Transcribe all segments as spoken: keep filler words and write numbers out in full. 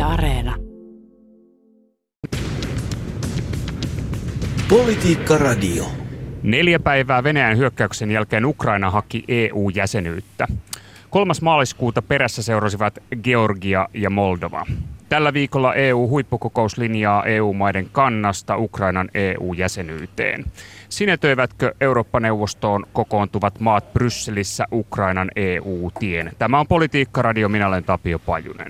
Areena. Politiikka Radio. Neljä päivää Venäjän hyökkäyksen jälkeen Ukraina haki E U-jäsenyyttä. Kolmas maaliskuuta perässä seurasivat Georgia ja Moldova. Tällä viikolla E U-huippukokous linjaa E U-maiden kannasta Ukrainan E U-jäsenyyteen. Sinetöivätkö Eurooppa-neuvostoon kokoontuvat maat Brysselissä Ukrainan E U-tien? Tämä on Politiikka Radio, minä olen Tapio Pajunen.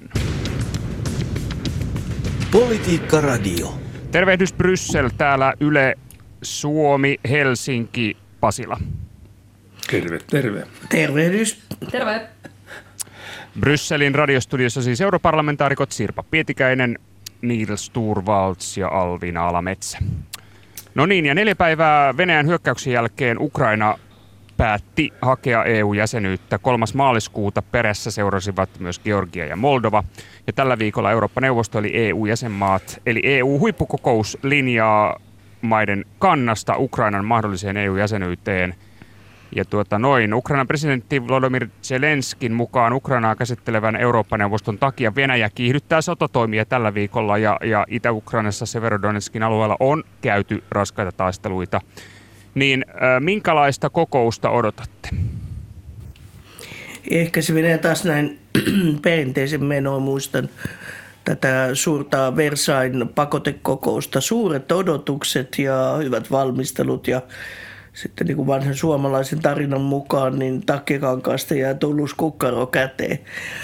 Politiikka Radio. Tervehdys Bryssel, täällä Yle Suomi, Helsinki, Pasila. Terve, terve. Tervehdys. Terve. Brysselin radiostudiossa siis europarlamentaarikot Sirpa Pietikäinen, Niels Torvalds ja Alvina Alametsä. No niin, ja neljä päivää Venäjän hyökkäyksen jälkeen Ukraina päätti hakea E U-jäsenyyttä. Kolmas maaliskuuta perässä seurasivat myös Georgia ja Moldova. Ja tällä viikolla Eurooppa-neuvosto eli E U-jäsenmaat, eli E U-huippukokous linjaa maiden kannasta Ukrainan mahdolliseen E U-jäsenyyteen. Ja tuota noin, Ukrainan presidentti Volodymyr Zelenskin mukaan Ukrainaa käsittelevän Eurooppa-neuvoston takia Venäjä kiihdyttää sotatoimia tällä viikolla ja, ja Itä-Ukrainassa Severodonetskin alueella on käyty raskaita taisteluita. Niin äh, minkälaista kokousta odotatte? Ehkä se menee taas näin perinteisen menoon. Muistan tätä suurta Versailles pakotekokousta. Suuret odotukset ja hyvät valmistelut ja sitten niin kuin vanhan suomalaisen tarinan mukaan, niin takkikankaasta jää tullus kukkaro käteen.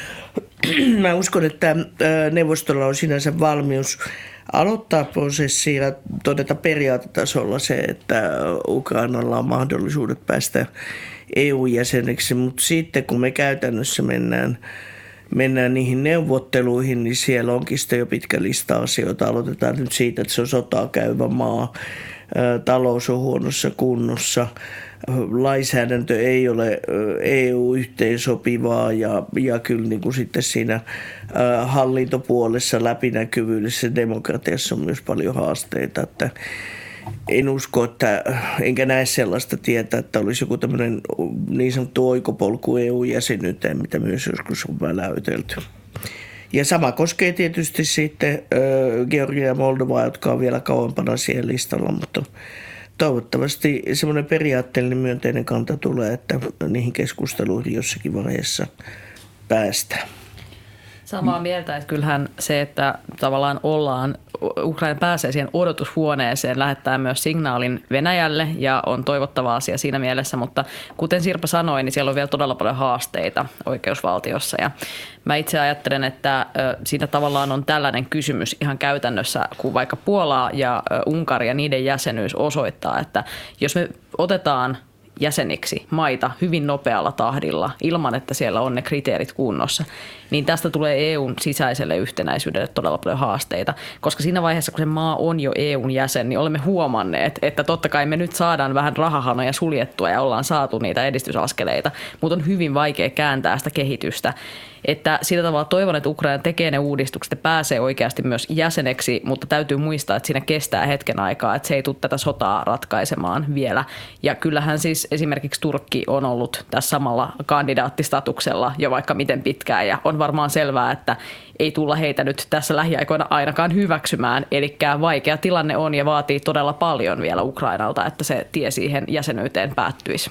Mä uskon, että neuvostolla on sinänsä valmius aloittaa prosessi ja todeta periaatetasolla se, että Ukrainalla on mahdollisuudet päästä E U-jäseneksi, mutta sitten kun me käytännössä mennään, mennään niihin neuvotteluihin, niin siellä onkin sitten jo pitkä lista asioita. Aloitetaan nyt siitä, että se on sotaa käyvä maa. Talous on huonossa kunnossa, lainsäädäntö ei ole E U-yhteensopivaa ja, ja kyllä niin kuin sitten siinä hallintopuolessa, läpinäkyvyydessä, demokratiassa on myös paljon haasteita. Että en usko, että enkä näe sellaista tietä, että olisi joku tämmöinen niin sanottu oikopolku E U-jäsenyyteen, mitä myös joskus on väläytelty. Ja sama koskee tietysti sitten äh, Georgia ja Moldovaa, jotka on vielä kauempana siellä listalla, mutta toivottavasti semmoinen periaatteellinen myönteinen kanta tulee, että niihin keskusteluihin jossakin vaiheessa päästään. Samaa mieltä, että kyllähän se, että tavallaan ollaan, Ukraina pääsee siihen odotushuoneeseen, lähettää myös signaalin Venäjälle ja on toivottava asia siinä mielessä, mutta kuten Sirpa sanoi, niin siellä on vielä todella paljon haasteita oikeusvaltiossa ja mä itse ajattelen, että siinä tavallaan on tällainen kysymys ihan käytännössä, kun vaikka Puola ja Unkari ja niiden jäsenyys osoittaa, että jos me otetaan jäseniksi maita hyvin nopealla tahdilla ilman, että siellä on ne kriteerit kunnossa, niin tästä tulee E U:n sisäiselle yhtenäisyydelle todella paljon haasteita, koska siinä vaiheessa, kun se maa on jo E U:n jäsen, niin olemme huomanneet, että totta kai me nyt saadaan vähän rahahanoja suljettua ja ollaan saatu niitä edistysaskeleita, mutta on hyvin vaikea kääntää sitä kehitystä. Että sillä tavalla toivon, että Ukraina tekee ne uudistukset ja pääsee oikeasti myös jäseneksi, mutta täytyy muistaa, että siinä kestää hetken aikaa, että se ei tule tätä sotaa ratkaisemaan vielä. Ja kyllähän siis esimerkiksi Turkki on ollut tässä samalla kandidaattistatuksella jo vaikka miten pitkään ja on varmaan selvää, että ei tulla heitä nyt tässä lähiaikoina ainakaan hyväksymään. Eli vaikea tilanne on ja vaatii todella paljon vielä Ukrainalta, että se tie siihen jäsenyyteen päättyisi.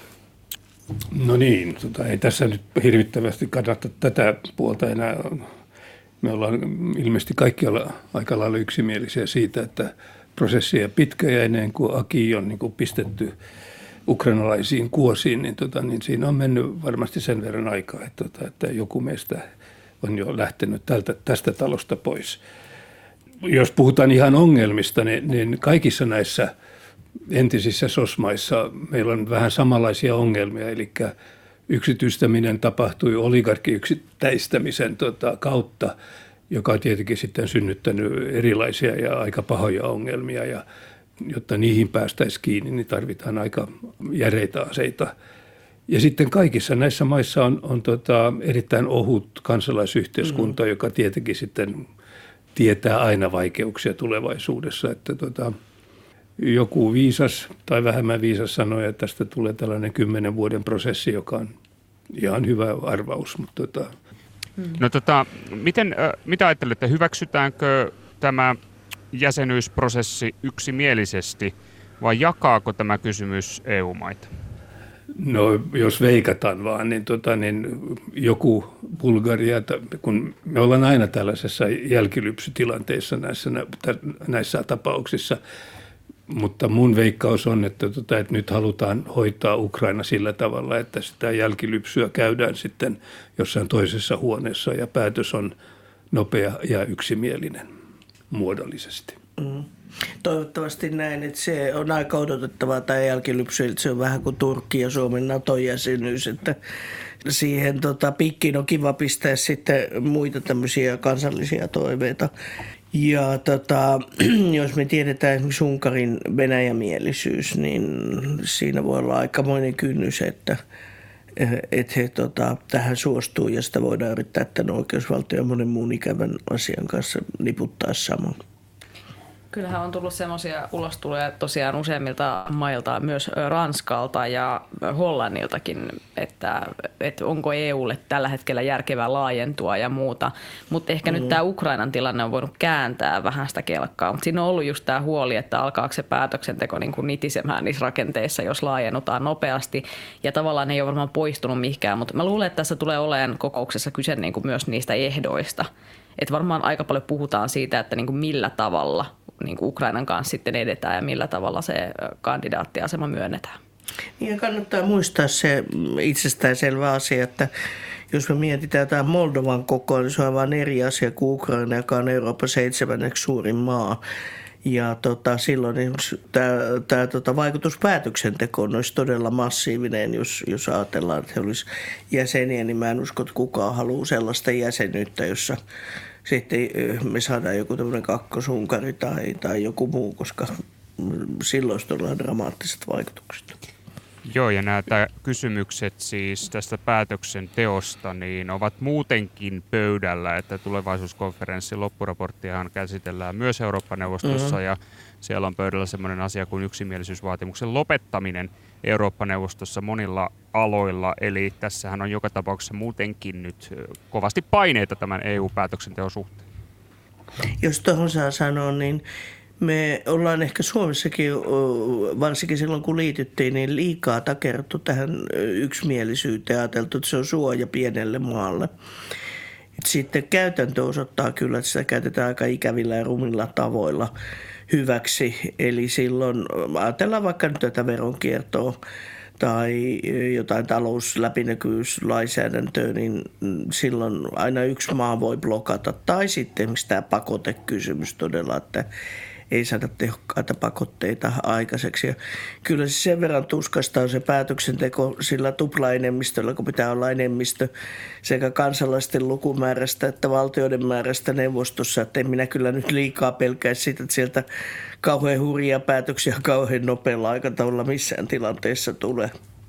No niin, tota, ei tässä nyt hirvittävästi kannata tätä puolta enää. Me ollaan ilmeisesti kaikki olla aika lailla yksimielisiä siitä, että prosessi on pitkä ja ennen kuin aki on niin kuin pistetty ukrainalaisiin kuosiin, niin, tota, niin siinä on mennyt varmasti sen verran aikaa, että, tota, että joku meistä on jo lähtenyt tältä, tästä talosta pois. Jos puhutaan ihan ongelmista, niin, niin kaikissa näissä entisissä sosmaissa meillä on vähän samanlaisia ongelmia, eli yksityistäminen tapahtui oligarkkiyksittäistämisen tota, kautta, joka on tietenkin sitten synnyttänyt erilaisia ja aika pahoja ongelmia, ja jotta niihin päästäisiin kiinni, niin tarvitaan aika järeitä aseita. Ja sitten kaikissa näissä maissa on, on tota, erittäin ohut kansalaisyhteiskunta, mm-hmm. joka tietenkin sitten tietää aina vaikeuksia tulevaisuudessa, että tota, joku viisas tai vähemmän viisas sanoi, että tästä tulee tällainen kymmenen vuoden prosessi, joka on ihan hyvä arvaus. Mutta tota. No tota, miten, mitä ajattelette, hyväksytäänkö tämä jäsenyysprosessi yksimielisesti vai jakaako tämä kysymys E U-maita? No jos veikataan vaan, niin, tota, niin joku Bulgaria, kun me ollaan aina tällaisessa jälkilypsytilanteessa näissä, näissä tapauksissa, mutta mun veikkaus on, että, tota, että nyt halutaan hoitaa Ukraina sillä tavalla, että sitä jälkilypsyä käydään sitten jossain toisessa huoneessa ja päätös on nopea ja yksimielinen muodollisesti. Mm. Toivottavasti näin, että se on aika odotettavaa tämä jälkilypsy, että se on vähän kuin Turkki ja Suomen NATO-jäsenyys, että siihen tota, pikkiin on kiva pistää sitten muita tämmöisiä kansallisia toiveita. Ja tota, jos me tiedetään esimerkiksi Unkarin venäjämielisyys, niin siinä voi olla aikamoinen kynnys, että, että he tota, tähän suostuu ja sitä voidaan yrittää tämän oikeusvaltion ja monen muun ikävän asian kanssa niputtaa samoin. Kyllähän on tullut semmoisia ulostuloja tosiaan useimmilta mailta, myös Ranskalta ja Hollanniltakin, että, että onko E U:lle tällä hetkellä järkevää laajentua ja muuta. Mutta ehkä mm. nyt tämä Ukrainan tilanne on voinut kääntää vähän sitä kelkkaa. Mutta siinä on ollut just tämä huoli, että alkaako se päätöksenteko niin kuin nitisemään niissä rakenteissa, jos laajennutaan nopeasti. Ja tavallaan ei ole varmaan poistunut mihinkään, mutta mä luulen, että tässä tulee olemaan kokouksessa kyse niin kuin myös niistä ehdoista. Että varmaan aika paljon puhutaan siitä, että niin kuin millä tavalla niin kuin Ukrainan kanssa sitten edetään ja millä tavalla se kandidaattiasema myönnetään. Ja kannattaa muistaa se itsestäänselvä asia, että jos me mietitään tämä Moldovan kokoa, niin se on aivan eri asia kuin Ukraina, joka on Euroopan seitsemänneksi suurin maa. Ja tota, silloin tämä, tämä tota, vaikutus päätöksentekoon olisi todella massiivinen, jos, jos ajatellaan, että he olisivat jäseniä, niin mä en usko, että kukaan haluaa sellaista jäsenyyttä, jossa sitten me saadaan joku tämmöinen kakkosunkari tai, tai joku muu, koska silloin olisi todella dramaattiset vaikutukset. Joo, ja nämä kysymykset siis tästä päätöksenteosta niin ovat muutenkin pöydällä, että tulevaisuuskonferenssin loppuraporttiahan käsitellään myös Eurooppa-neuvostossa, mm-hmm. ja siellä on pöydällä sellainen asia kuin yksimielisyysvaatimuksen lopettaminen Eurooppa-neuvostossa monilla aloilla, eli tässähän on joka tapauksessa muutenkin nyt kovasti paineita tämän E U-päätöksenteon suhteen. Jos tuohon saa sanoa, niin me ollaan ehkä Suomessakin, varsinkin silloin kun liityttiin, niin liikaa takerruttu tähän yksimielisyyteen, ajateltu, että se on suoja pienelle maalle. Sitten käytäntö osoittaa kyllä, että sitä käytetään aika ikävillä ja rumilla tavoilla hyväksi. Eli silloin ajatellaan vaikka nyt tätä veronkiertoa tai jotain talousläpinäkyvyyslainsäädäntöä, niin silloin aina yksi maa voi blokata. Tai sitten esimerkiksi tämä pakotekysymys todella, että ei saada tehokkaita pakotteita aikaiseksi. Ja kyllä se sen verran tuskasta on se päätöksenteko sillä tuplaenemmistöllä, kun pitää olla enemmistö sekä kansalaisten lukumäärästä että valtioiden määrästä neuvostossa. Että en minä kyllä nyt liikaa pelkää sitä, että sieltä kauhean hurjia päätöksiä kauhean nopealla aikataululla missään tilanteessa tulee.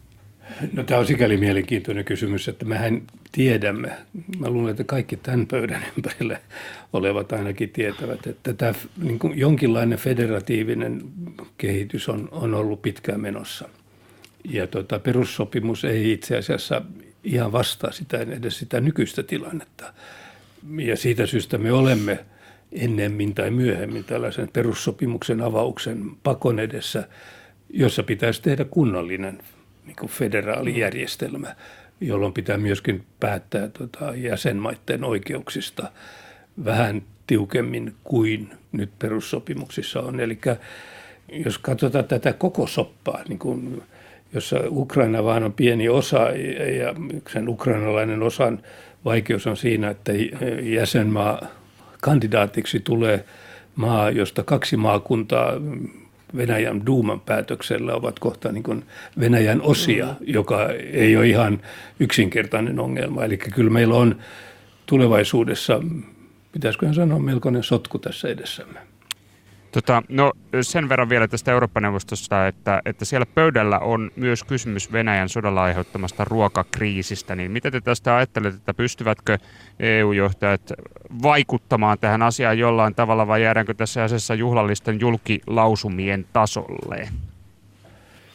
No, tämä on sikäli mielenkiintoinen kysymys, että mehän tiedämme, mä luulen, että kaikki tämän pöydän ympärillä olevat ainakin tietävät, että tämä niin kuin jonkinlainen federatiivinen kehitys on, on ollut pitkään menossa. Ja tota, perussopimus ei itse asiassa ihan vastaa sitä, edes sitä nykyistä tilannetta. Ja siitä syystä me olemme ennemmin tai myöhemmin tällaisen perussopimuksen avauksen pakon edessä, jossa pitäisi tehdä kunnollinen niin kuin federaalijärjestelmä, jolloin pitää myöskin päättää tota, jäsenmaiden oikeuksista vähän tiukemmin kuin nyt perussopimuksissa on. Eli jos katsotaan tätä koko soppaa, niin kuin, jossa Ukraina vaan on pieni osa ja sen ukrainalainen osan vaikeus on siinä, että jäsenmaa kandidaatiksi tulee maa, josta kaksi maakuntaa Venäjän Duuman päätöksellä ovat kohta niin kuin Venäjän osia, mm. joka ei ole ihan yksinkertainen ongelma. Eli kyllä meillä on tulevaisuudessa, pitäisiköhän sanoa, melkoinen sotku tässä edessämme. Tota, no sen verran vielä tästä Eurooppa-neuvostosta, että, että siellä pöydällä on myös kysymys Venäjän sodalla aiheuttamasta ruokakriisistä. Niin mitä te tästä ajattelette, että pystyvätkö E U-johtajat vaikuttamaan tähän asiaan jollain tavalla vai jäädäänkö tässä asiassa juhlallisten julkilausumien tasolle?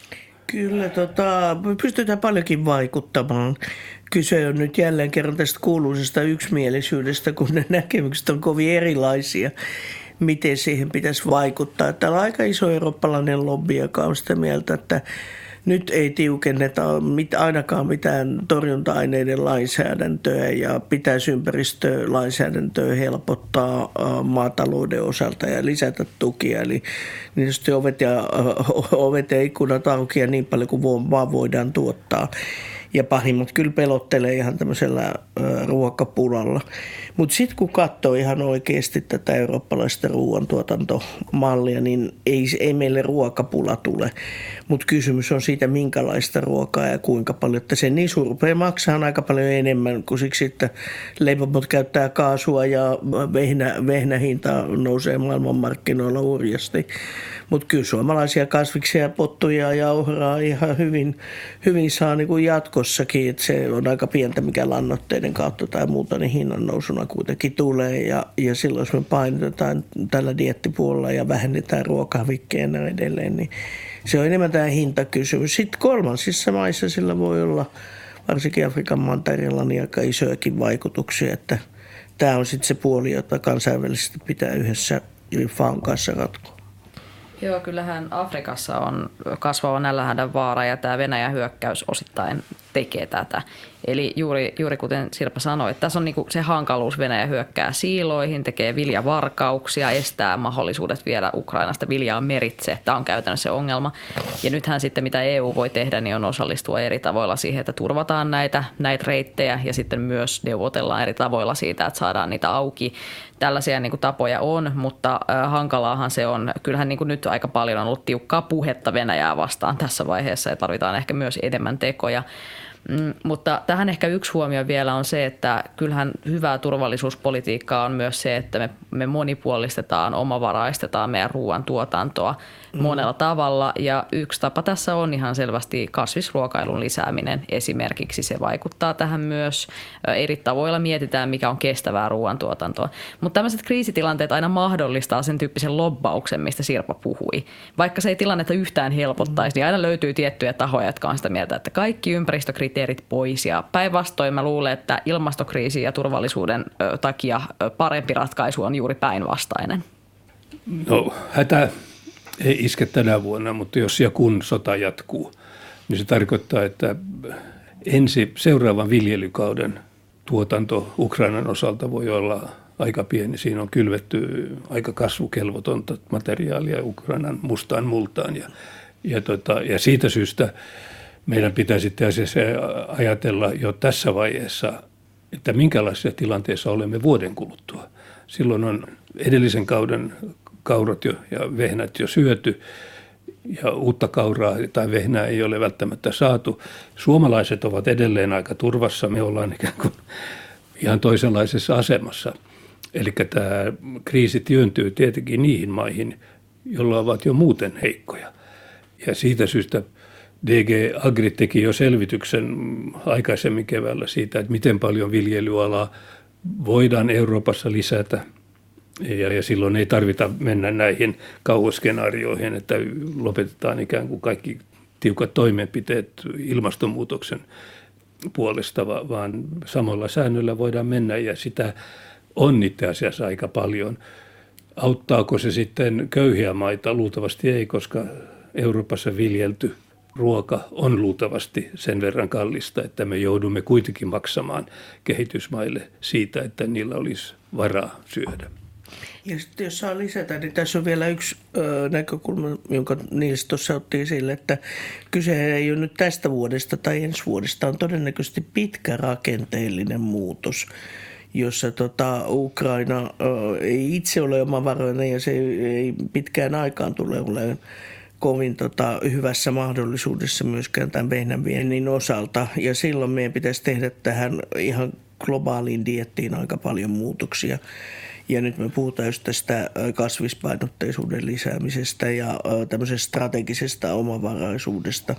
Kyllä, tota, pystytään paljonkin vaikuttamaan. Kyse on nyt jälleen kerran tästä kuuluisesta yksimielisyydestä, kun ne näkemykset on kovin erilaisia. Miten siihen pitäisi vaikuttaa. Täällä on aika iso eurooppalainen lobby, joka on sitä mieltä, että nyt ei tiukenneta mit, ainakaan mitään torjunta-aineiden lainsäädäntöä ja pitäisi ympäristölainsäädäntöä helpottaa äh, maatalouden osalta ja lisätä tukia. Eli niin ovet ja, äh, ovet ja ikkunat auki ja niin paljon kuin vaan voidaan tuottaa. Ja pahimmat kyllä pelottelee ihan tämmöisellä ä, ruokapulalla. Mutta sitten kun katsoo ihan oikeasti tätä eurooppalaista ruoantuotantomallia, niin ei, ei meille ruokapula tule. Mutta kysymys on siitä, minkälaista ruokaa ja kuinka paljon. Että se nisu rupeaa maksaa aika paljon enemmän kuin siksi, että leivomot käyttää kaasua ja vehnä, vehnähinta nousee maailmanmarkkinoilla hurjasti. Mutta kyllä suomalaisia kasviksia, pottuja ja ohraa ihan hyvin, hyvin saa niin kuin jatkossakin. Että se on aika pientä, mikä lannoitteiden kautta tai muuta, niin hinnan nousuna kuitenkin tulee. Ja, ja silloin jos me painotetaan tällä dieettipuolella ja vähennetään ruokahävikkiä ja edelleen, niin se on enemmän tämä hintakysymys. Sitten kolmansissa maissa sillä voi olla, varsinkin Afrikan mantereella, niin aika isojakin vaikutuksia. Että tämä on sitten se puoli, jota kansainvälisesti pitää yhdessä F A O:n kanssa ratkoa. Joo, kyllähän Afrikassa on kasvava nälänhädän vaara ja tämä Venäjän hyökkäys osittain tekee tätä. Eli juuri, juuri kuten Sirpa sanoi, että tässä on niinku se hankaluus, Venäjä hyökkää siiloihin, tekee viljavarkauksia, estää mahdollisuudet viedä Ukrainasta viljaa meritse. Tämä on käytännössä se ongelma. Ja nythän sitten mitä E U voi tehdä, niin on osallistua eri tavoilla siihen, että turvataan näitä, näitä reittejä ja sitten myös neuvotellaan eri tavoilla siitä, että saadaan niitä auki. Tällaisia niin kuin tapoja on, mutta äh, hankalaahan se on. Kyllähän niin kuin nyt aika paljon on ollut tiukkaa puhetta Venäjää vastaan tässä vaiheessa ja tarvitaan ehkä myös enemmän tekoja. Mm, mutta tähän ehkä yksi huomio vielä on se, että kyllähän hyvää turvallisuuspolitiikkaa on myös se, että me, me monipuolistetaan, omavaraistetaan meidän ruoantuotantoa mm. monella tavalla. Ja yksi tapa tässä on ihan selvästi kasvisruokailun lisääminen. Esimerkiksi se vaikuttaa tähän myös. Eri tavoilla mietitään, mikä on kestävää ruoantuotantoa. Mutta tämmöiset kriisitilanteet aina mahdollistaa sen tyyppisen lobbauksen, mistä Sirpa puhui. Vaikka se ei tilannetta yhtään helpottaisi, niin aina löytyy tiettyjä tahoja, jotka on sitä mieltä, että kaikki ympäristökriteerit pois. Ja päinvastoin mä luulen, että ilmastokriisin ja turvallisuuden takia parempi ratkaisu on juuri päinvastainen. No hätä ei iske tänä vuonna, mutta jos ja kun sota jatkuu, niin se tarkoittaa, että ensi seuraavan viljelykauden tuotanto Ukrainan osalta voi olla aika pieni. Siinä on kylvetty aika kasvukelvotonta materiaalia Ukrainan mustaan multaan ja, ja, tota, ja siitä syystä meidän pitäisi itse asiassa ajatella jo tässä vaiheessa, että minkälaisessa tilanteessa olemme vuoden kuluttua. Silloin on edellisen kauden kaurat jo ja vehnät jo syöty ja uutta kauraa tai vehnää ei ole välttämättä saatu. Suomalaiset ovat edelleen aika turvassa, me ollaan ikään kuin ihan toisenlaisessa asemassa. Eli tämä kriisi työntyy tietenkin niihin maihin, joilla ovat jo muuten heikkoja. Ja siitä syystä D G Agri teki jo selvityksen aikaisemmin keväällä siitä, että miten paljon viljelyalaa voidaan Euroopassa lisätä. Ja, ja silloin ei tarvita mennä näihin kauhuskenaarioihin, että lopetetaan ikään kuin kaikki tiukat toimenpiteet ilmastonmuutoksen puolesta, vaan samalla säännöllä voidaan mennä ja sitä on itse asiassa aika paljon. Auttaako se sitten köyhiä maita? Luultavasti ei, koska Euroopassa viljelty ruoka on luultavasti sen verran kallista, että me joudumme kuitenkin maksamaan kehitysmaille siitä, että niillä olisi varaa syödä. Ja sitten jos saa lisätä, niin tässä on vielä yksi ö, näkökulma, jonka Niils tuossa otti esille, että kyse ei ole nyt tästä vuodesta tai ensi vuodesta, on todennäköisesti pitkä rakenteellinen muutos, jossa tota, Ukraina ö, ei itse ole omavaroinen ja se ei, ei pitkään aikaan tule olemaan kovin tota, hyvässä mahdollisuudessa myöskään tämän vehnänviennin osalta. Ja silloin meidän pitäisi tehdä tähän ihan globaaliin dieettiin aika paljon muutoksia. Ja nyt me puhutaan just tästä kasvispainotteisuuden lisäämisestä ja tämmöisestä strategisesta omavaraisuudesta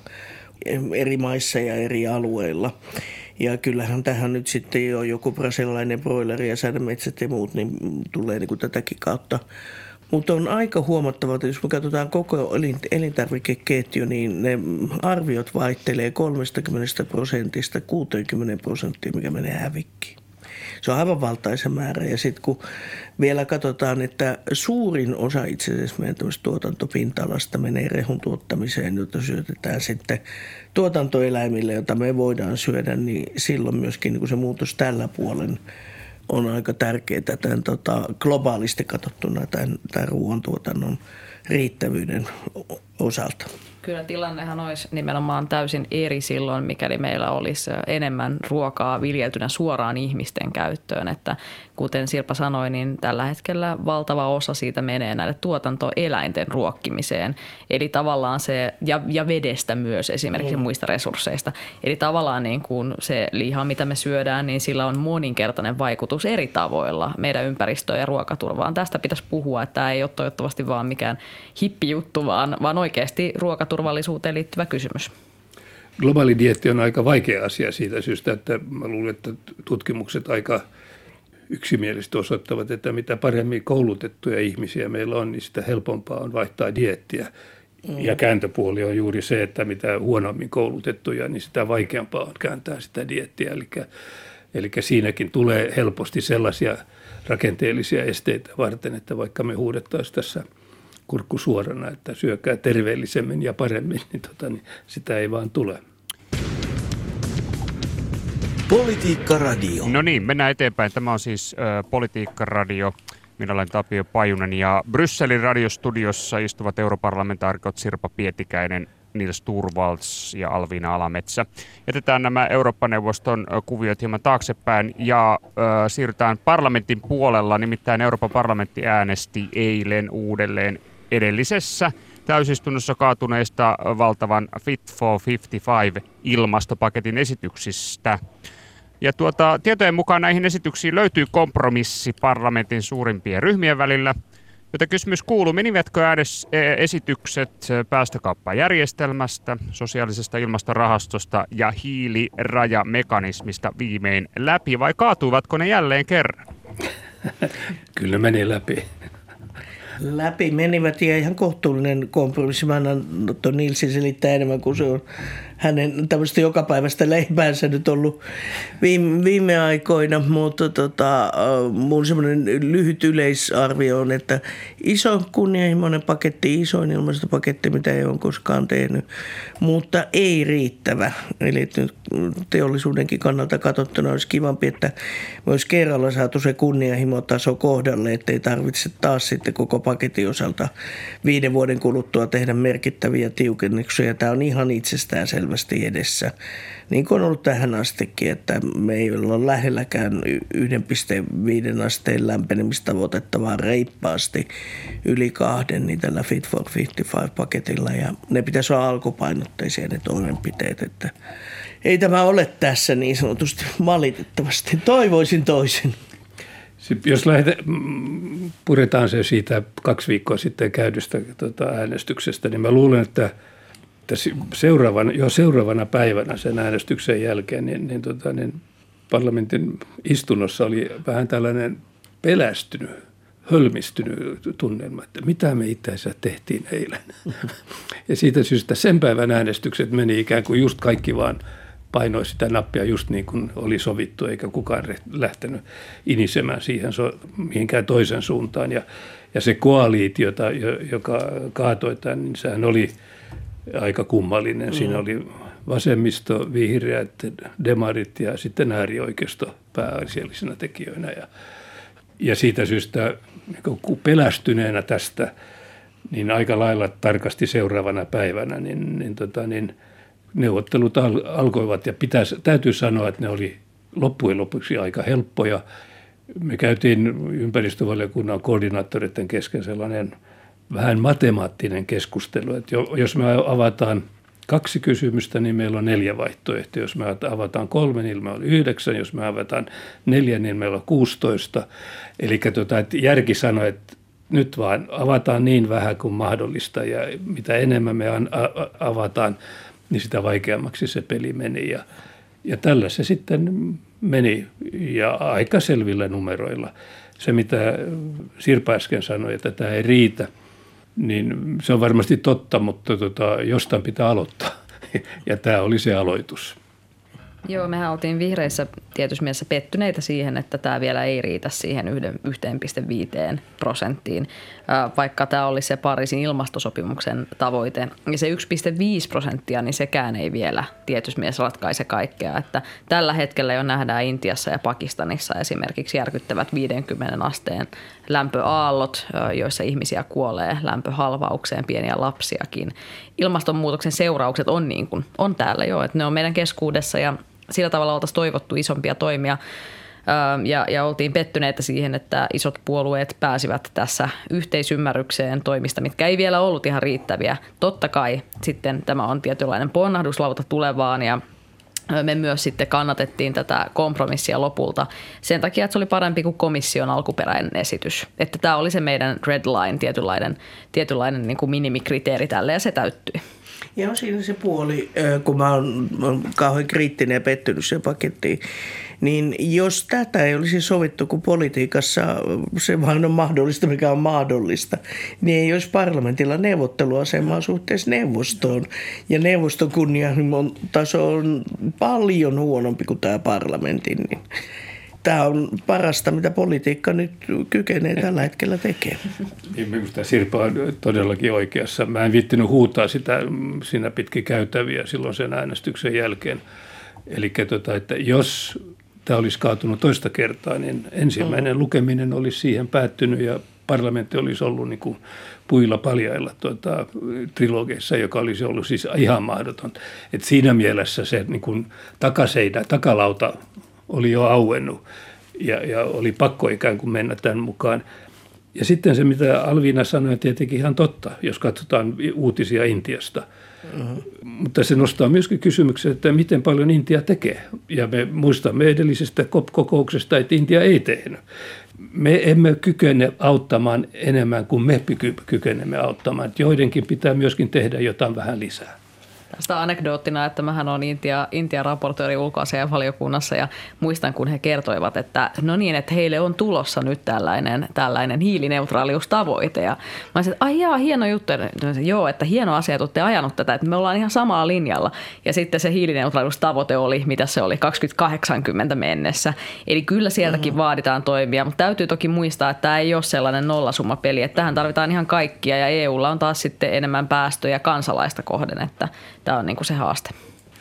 eri maissa ja eri alueilla. Ja kyllähän tähän nyt sitten jo joku brasilialainen broileri ja säädömetsät ja muut, niin tulee niin kuin tätäkin kautta Mutta on aika huomattava, että jos me katsotaan koko elintarvikeketju, niin ne arviot vaihtelee kolmekymmentä prosentista kuusikymmentä prosenttia, mikä menee hävikkiin. Se on aivan valtaisa määrä. Ja sitten kun vielä katsotaan, että suurin osa itse asiassa meidän tuotantopinta-alasta menee rehun tuottamiseen, jota syötetään sitten tuotantoeläimille, jota me voidaan syödä, niin silloin myöskin niin kun se muutos tällä puolen on aika tärkeää tämän tota, globaalisti katsottuna tämän, tämän ruoantuotannon riittävyyden osalta. Kyllä tilannehan olisi nimenomaan täysin eri silloin, mikäli meillä olisi enemmän ruokaa viljeltynä suoraan ihmisten käyttöön. Että kuten Sirpa sanoi, niin tällä hetkellä valtava osa siitä menee näille tuotantoeläinten ruokkimiseen. Eli tavallaan se, ja, ja vedestä myös esimerkiksi mm. muista resursseista. Eli tavallaan niin kuin se liha, mitä me syödään, niin sillä on moninkertainen vaikutus eri tavoilla meidän ympäristöön ja ruokaturvaan. Tästä pitäisi puhua, että tämä ei ole toivottavasti vaan mikään hippijuttu, vaan, vaan oikeasti ruokaturvallisuuteen liittyvä kysymys. Globaali dieetti on aika vaikea asia siitä syystä, että mä luulen, että tutkimukset aika yksimielisesti osoittavat, että mitä paremmin koulutettuja ihmisiä meillä on, niin sitä helpompaa on vaihtaa dieettiä. Mm. Ja kääntöpuoli on juuri se, että mitä huonommin koulutettuja, niin sitä vaikeampaa on kääntää sitä dieettiä. Eli, eli siinäkin tulee helposti sellaisia rakenteellisia esteitä varten, että vaikka me huudettaisiin tässä kurkku suorana, että syökää terveellisemmin ja paremmin, niin, tota, niin sitä ei vaan tule. Politiikka Radio. No niin, mennään eteenpäin. Tämä on siis ö, Politiikka Radio. Minä olen Tapio Pajunen ja Brysselin radiostudiossa istuvat europarlamentaarikot Sirpa Pietikäinen, Nils Torvalds ja Alviina Alametsä. Jätetään nämä Eurooppa-neuvoston kuviot hieman taaksepäin ja ö, siirrytään parlamentin puolella. Nimittäin Euroopan parlamentti äänesti eilen uudelleen edellisessä täysistunnossa kaatuneista valtavan Fit for viisikymmentäviisi ilmastopaketin esityksistä. Ja tuota, tietojen mukaan näihin esityksiin löytyy kompromissi parlamentin suurimpien ryhmien välillä, joten kysymys kuuluu, menivätkö äänes, esitykset päästökauppajärjestelmästä, sosiaalisesta ilmastorahastosta ja hiilirajamekanismista viimein läpi vai kaatuivatko ne jälleen kerran? Kyllä meni läpi. Läpi menivät ja ihan kohtuullinen kompromissi. Mä annan tuon Nilsin selittää enemmän, kun se on hänen tämmöistä jokapäiväistä leipäänsä nyt ollut viime, viime aikoina, mutta tota, mun semmoinen lyhyt yleisarvio on, että iso kunnianhimoinen paketti, isoin ilmastopaketti, mitä ei ole koskaan tehnyt, mutta ei riittävä. Eli nyt teollisuudenkin kannalta katsottuna olisi kivampi, että me olisi kerralla saatu se kunnianhimotaso kohdalle, ettei tarvitse taas sitten koko paketin osalta viiden vuoden kuluttua tehdä merkittäviä tiukennuksia. Tämä on ihan itsestään selvästi edessä. Niin kuin on ollut tähän astikin, että me ei olla lähelläkään yksi pilkku viisi asteen lämpenemistavoitetta, vaan reippaasti yli kahden niin tällä Fit for viisikymmentäviisi paketilla. Ja ne pitäisi olla alkupainotteisia ne toimenpiteet, että ei tämä ole tässä niin sanotusti valitettavasti. Toivoisin toisin. Jos lähdet, puretaan se siitä kaksi viikkoa sitten käydystä tuota, äänestyksestä, niin mä luulen, että seuraavana, jo seuraavana päivänä sen äänestyksen jälkeen niin, niin, tota, niin parlamentin istunnossa oli vähän tällainen pelästynyt, hölmistynyt tunnelma, että mitä me itse asiassa tehtiin eilen. Ja siitä syystä sen päivän äänestykset meni ikään kuin just kaikki vaan painoi sitä nappia just niin kuin oli sovittu, eikä kukaan lähtenyt inisemään siihen mihinkään toisen suuntaan. Ja, ja se koaliitio, joka kaatoi tämän, niin sehän oli aika kummallinen. Siinä oli vasemmisto, vihreät, demarit ja sitten äärioikeisto pääasiallisina tekijöinä. Ja, ja siitä syystä niin pelästyneenä tästä, niin aika lailla tarkasti seuraavana päivänä, niin, niin, tota, niin neuvottelut al- alkoivat ja pitäisi, täytyy sanoa, että ne oli loppujen lopuksi aika helppoja. Me käytiin ympäristövaliokunnan koordinaattoreiden kesken sellainen vähän matemaattinen keskustelu, että jos me avataan kaksi kysymystä, niin meillä on neljä vaihtoehtoa. Jos me avataan kolme, niin meillä on yhdeksän. Jos me avataan neljä, niin meillä on kuusitoista. Eli tota, että järki sanoi, että nyt vaan avataan niin vähän kuin mahdollista ja mitä enemmän me avataan, niin sitä vaikeammaksi se peli meni. Ja, ja tällä se sitten meni ja aika selvillä numeroilla. se, mitä Sirpa äsken sanoi, että tämä ei riitä, niin se on varmasti totta, mutta tota, jostain pitää aloittaa. Ja tämä oli se aloitus. Joo, mehän oltiin vihreissä tietysti mielessä pettyneitä siihen, että tämä vielä ei riitä siihen yksi pilkku viisi prosenttiin, vaikka tämä oli se Pariisin ilmastosopimuksen tavoite. Ja se yksi pilkku viisi prosenttia, niin sekään ei vielä tietysti mielessä ratkaise kaikkea. Että tällä hetkellä jo nähdään Intiassa ja Pakistanissa esimerkiksi järkyttävät viidenkymmenen asteen lämpöaallot, joissa ihmisiä kuolee lämpöhalvaukseen, pieniä lapsiakin. Ilmastonmuutoksen seuraukset on, niin kuin, on täällä jo, että ne on meidän keskuudessa ja sillä tavalla oltaisiin toivottu isompia toimia ja, ja oltiin pettyneitä siihen, että isot puolueet pääsivät tässä yhteisymmärrykseen toimista, mitkä ei vielä ollut ihan riittäviä. Totta kai sitten tämä on tietynlainen ponnahduslauta tulevaan ja me myös sitten kannatettiin tätä kompromissia lopulta sen takia, että se oli parempi kuin komission alkuperäinen esitys. Että tämä oli se meidän red line, tietynlainen, tietynlainen niin kuin minimikriteeri tälle ja se täyttyi. Ja on siinä se puoli, kun mä oon, oon kauhean kriittinen ja pettynyt sen pakettiin, niin jos tätä ei olisi sovittu, kun politiikassa se vaan on mahdollista, mikä on mahdollista, niin ei olisi parlamentilla neuvotteluasemaa suhteessa neuvostoon. Ja neuvoston kunnianhimon taso on paljon huonompi kuin tämä parlamentin, niin tämä on parasta, mitä politiikka nyt kykenee tällä hetkellä tekemään. Minusta Sirpa on todellakin oikeassa. Mä en viittinyt huutaa sitä siinä pitkin käytäviä silloin sen äänestyksen jälkeen. Eli tota, että jos tämä olisi kaatunut toista kertaa, niin ensimmäinen mm. lukeminen olisi siihen päättynyt ja parlamentti olisi ollut niin kuin puilla paljailla tuota, trilogeissa, joka olisi ollut siis ihan mahdoton. Et siinä mielessä se niin kuin takaseidä, takalauta oli jo auennut ja, ja oli pakko ikään kuin mennä tämän mukaan. Ja sitten se, mitä Alviina sanoi, on tietenkin ihan totta, jos katsotaan uutisia Intiasta. Mm-hmm. Mutta se nostaa myöskin kysymyksen, että miten paljon Intia tekee. Ja me muistamme edellisestä C O P-kokouksesta, että Intia ei tehnyt. Me emme kykene auttamaan enemmän kuin me kykenemme auttamaan. Että joidenkin pitää myöskin tehdä jotain vähän lisää. Tästä anekdoottina, että mähän olen Intia, Intian raportööri ulkoasiainvaliokunnassa ja muistan, kun he kertoivat, että no niin, että heille on tulossa nyt tällainen, tällainen hiilineutraaliustavoite. Ja mä olisin, että ai jaa, hieno juttu. Joo, että hieno asia, että olette ajanut tätä, että me ollaan ihan samalla linjalla. Ja sitten se hiilineutraaliustavoite oli, mitä se oli, kaksituhattakahdeksankymmentä mennessä. Eli kyllä sieltäkin mm-hmm. vaaditaan toimia, mutta täytyy toki muistaa, että tämä ei ole sellainen nollasummapeli, että tähän tarvitaan ihan kaikkia ja E U:lla on taas sitten enemmän päästöjä kansalaista kohden, että tämä on niin kuin se haaste.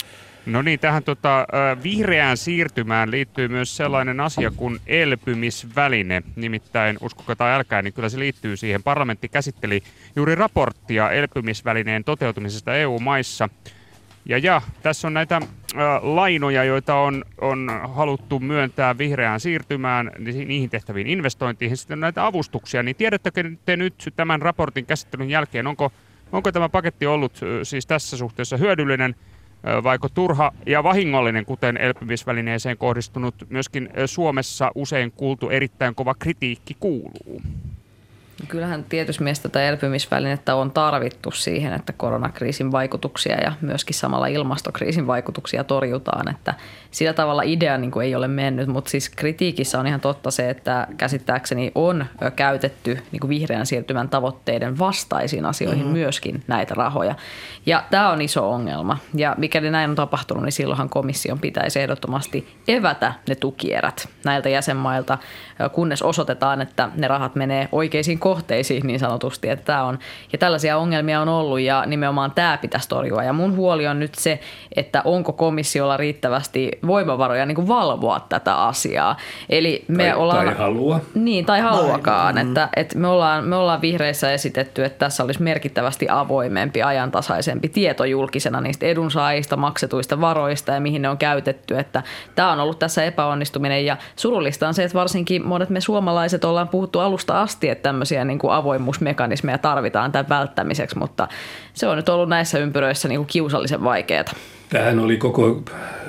No niin, tähän tota, vihreään siirtymään liittyy myös sellainen asia kuin elpymisväline. Nimittäin, uskokaa tai älkää, niin kyllä se liittyy siihen. Parlamentti käsitteli juuri raporttia elpymisvälineen toteutumisesta E U-maissa. Ja, ja tässä on näitä ä, lainoja, joita on, on haluttu myöntää vihreään siirtymään, niihin tehtäviin investointiin. Sitten on näitä avustuksia. Niin tiedättekö te nyt tämän raportin käsittelyn jälkeen, onko Onko tämä paketti ollut siis tässä suhteessa hyödyllinen, vaiko turha ja vahingollinen, kuten elpymisvälineeseen kohdistunut myöskin Suomessa usein kuultu erittäin kova kritiikki kuuluu? Kyllähän tietysti mielestä tätä elpymisvälinettä on tarvittu siihen, että koronakriisin vaikutuksia ja myöskin samalla ilmastokriisin vaikutuksia torjutaan. Että sillä tavalla idea niin kuin ei ole mennyt, mutta siis kritiikissä on ihan totta se, että käsittääkseni on käytetty niin kuin vihreän siirtymän tavoitteiden vastaisiin asioihin mm-hmm. myöskin näitä rahoja. Ja tämä on iso ongelma. Ja mikäli näin on tapahtunut, niin silloinhan komission pitäisi ehdottomasti evätä ne tukierät näiltä jäsenmailta, kunnes osoitetaan, että ne rahat menee oikeisiin kohteisiin niin sanotusti, että tämä on, ja tällaisia ongelmia on ollut ja nimenomaan tämä pitäisi torjua. Ja mun huoli on nyt se, että onko komissiolla riittävästi voimavaroja niin kuin valvoa tätä asiaa. Eli me tai, ollaan, tai halua. Niin, tai haluakaan. Mm. Että, että me, ollaan, me ollaan vihreissä esitetty, että tässä olisi merkittävästi avoimempi, ajantasaisempi tieto julkisena niistä edunsaajista, maksetuista varoista ja mihin ne on käytetty. Että tämä on ollut tässä epäonnistuminen ja surullista on se, että varsinkin monet me suomalaiset ollaan puhuttu alusta asti, että tämmöisiä niin kuin avoimuusmekanismeja tarvitaan tämän välttämiseksi, mutta se on nyt ollut näissä ympyröissä niin kuin kiusallisen vaikeaa. Tämähän oli koko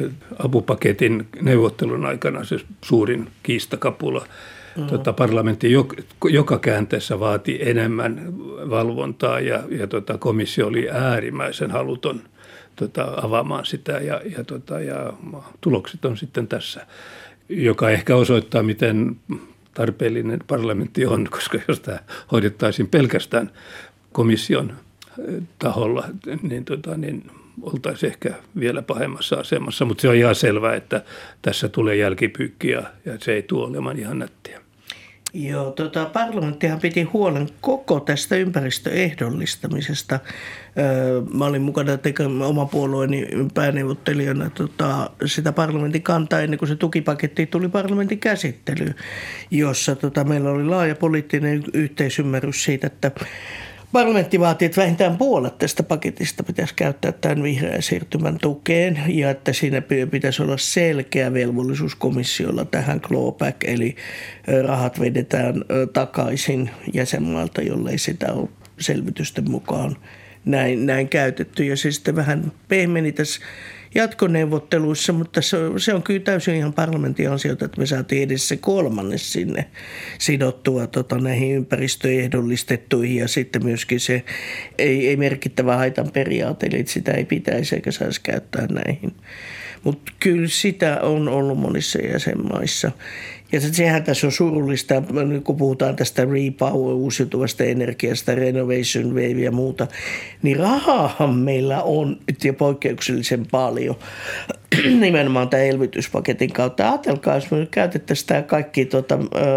apupaketin neuvottelun aikana se suurin kiistakapula. Mm-hmm. Tota, parlamentti joka, joka käänteessä vaati enemmän valvontaa ja, ja tota, komissio oli äärimmäisen haluton tota, avaamaan sitä ja, ja, tota, ja tulokset on sitten tässä, joka ehkä osoittaa, miten tarpeellinen parlamentti on, koska jos tämä hoidettaisiin pelkästään komission taholla, niin, tota, niin oltaisiin ehkä vielä pahemmassa asemassa. Mutta se on ihan selvää, että tässä tulee jälkipyykkiä ja se ei tule olemaan ihan nättiä. Joo, tota, parlamenttihan piti huolen koko tästä ympäristöehdollistamisesta. Öö, mä olin mukana tekemään oma puolueeni pääneuvottelijana tota, sitä parlamentin kantaa ennen kuin se tukipaketti tuli parlamentin käsittelyyn, jossa tota, meillä oli laaja poliittinen yhteisymmärrys siitä, että parlamentti vaatii, että vähintään puolet tästä paketista pitäisi käyttää tämän vihreän siirtymän tukeen ja että siinä pitäisi olla selkeä velvollisuus komissiolla tähän clawback, eli rahat vedetään takaisin jäsenmaalta, jollei sitä ole selvitysten mukaan näin, näin käytetty. Ja se sitten vähän pehmeni tässä jatkoneuvotteluissa, mutta se on, se on kyllä täysin ihan parlamentin ansiota, että me saatiin edes se kolmannes sinne sidottua tota, näihin ympäristöehdollistettuihin ja sitten myöskin se ei, ei merkittävä haitan periaate, eli sitä ei pitäisi eikä saisi käyttää näihin. Mutta kyllä sitä on ollut monissa jäsenmaissa. Ja sehän tässä on surullista, kun puhutaan tästä repower, uusiutuvasta energiasta, renovation wave ja muuta, niin rahaahan meillä on ja poikkeuksellisen paljon nimenomaan tämän elvytyspaketin kautta. Ajatelkaa, jos me nyt käytettäisiin tämä kaikki tota,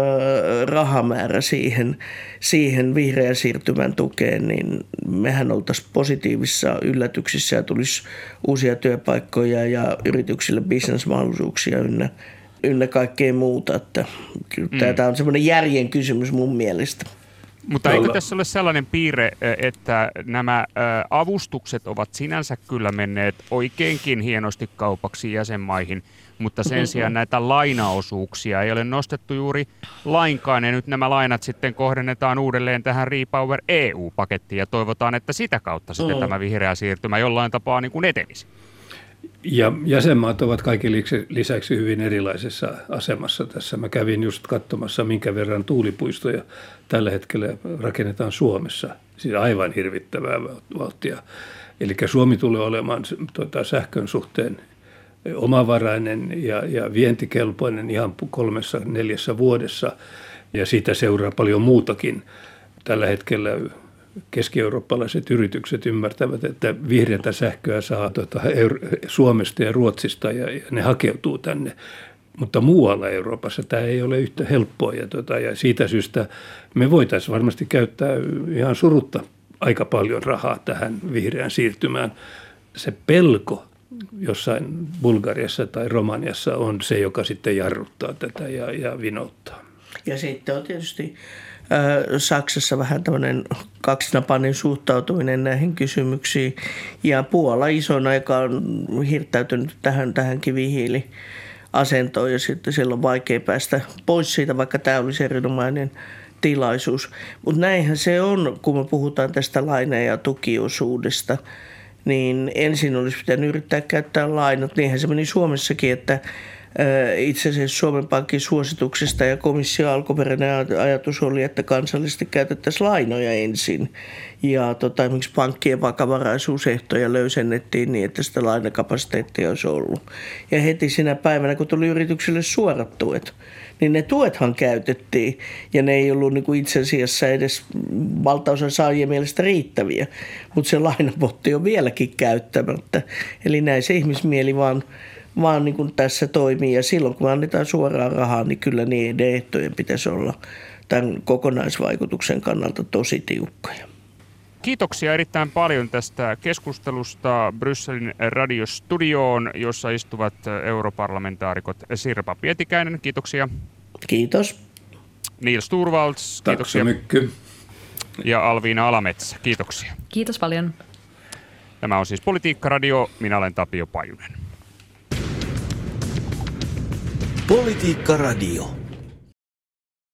ö, rahamäärä siihen, siihen vihreän siirtymän tukeen, niin mehän oltaisiin positiivisissa yllätyksissä ja tulisi uusia työpaikkoja ja yrityksille bisnesmahdollisuuksia ynnä. ynnä kaikkea muuta. Että mm. Tämä on semmoinen järjen kysymys mun mielestä. Mutta eikö tässä ole sellainen piirre, että nämä avustukset ovat sinänsä kyllä menneet oikeinkin hienosti kaupaksi jäsenmaihin, mutta sen sijaan näitä lainaosuuksia ei ole nostettu juuri lainkaan, ja nyt nämä lainat sitten kohdennetaan uudelleen tähän Repower E U-pakettiin, ja toivotaan, että sitä kautta sitten mm. tämä vihreä siirtymä jollain tapaa niin kuin etenisi. Ja jäsenmaat ovat kaikki lisäksi hyvin erilaisessa asemassa tässä. Mä kävin just katsomassa, minkä verran tuulipuistoja tällä hetkellä rakennetaan Suomessa. Siis aivan hirvittävää vauhtia. Eli Suomi tulee olemaan tuota, sähkön suhteen omavarainen ja, ja vientikelpoinen ihan kolmessa, neljässä vuodessa. Ja siitä seuraa paljon muutakin. Tällä hetkellä keski-eurooppalaiset yritykset ymmärtävät, että vihreätä sähköä saa tuota, Suomesta ja Ruotsista ja, ja ne hakeutuu tänne. Mutta muualla Euroopassa tämä ei ole yhtä helppoa ja, tuota, ja siitä syystä me voitaisiin varmasti käyttää ihan surutta aika paljon rahaa tähän vihreään siirtymään. Se pelko jossain Bulgariassa tai Romaniassa on se, joka sitten jarruttaa tätä ja, ja vinouttaa. Ja sitten on tietysti Saksassa vähän tämmöinen kaksinapainen suhtautuminen näihin kysymyksiin. Ja Puola isona, joka on hirttäytynyt tähän, tähän kivihiiliasentoon ja sitten siellä on vaikea päästä pois siitä, vaikka tämä olisi erinomainen tilaisuus. Mutta näinhän se on, kun me puhutaan tästä laina- ja tukiosuudesta, niin ensin olisi pitänyt yrittää käyttää lainat. Niinhän se meni Suomessakin, että itse asiassa Suomen Pankin suosituksesta ja komission alkuperäinen ajatus oli, että kansallisesti käytettäisiin lainoja ensin. Ja tota, esimerkiksi pankkien vakavaraisuusehtoja löysennettiin niin, että sitä lainakapasiteettia olisi ollut. Ja heti sinä päivänä, kun tuli yrityksille suorat tuet, niin ne tuethan käytettiin ja ne ei ollut niin kuin itse asiassa edes valtaosan saajien mielestä riittäviä. Mutta se lainapotti on vieläkin käyttämättä. Eli näin se ihmismieli vaan vaan niin kuin tässä toimii. Ja silloin, kun annetaan suoraan rahaa, niin kyllä niiden ehtojen pitäisi olla tämän kokonaisvaikutuksen kannalta tosi tiukkoja. Kiitoksia erittäin paljon tästä keskustelusta Brysselin radiostudioon, jossa istuvat europarlamentaarikot Sirpa Pietikäinen. Kiitoksia. Kiitos. Niels Torvalds. Kiitoksia. Mykky. Ja Alviina Alametsä. Kiitoksia. Kiitos paljon. Tämä on siis Politiikka-radio. Minä olen Tapio Pajunen. Politiikka Radio.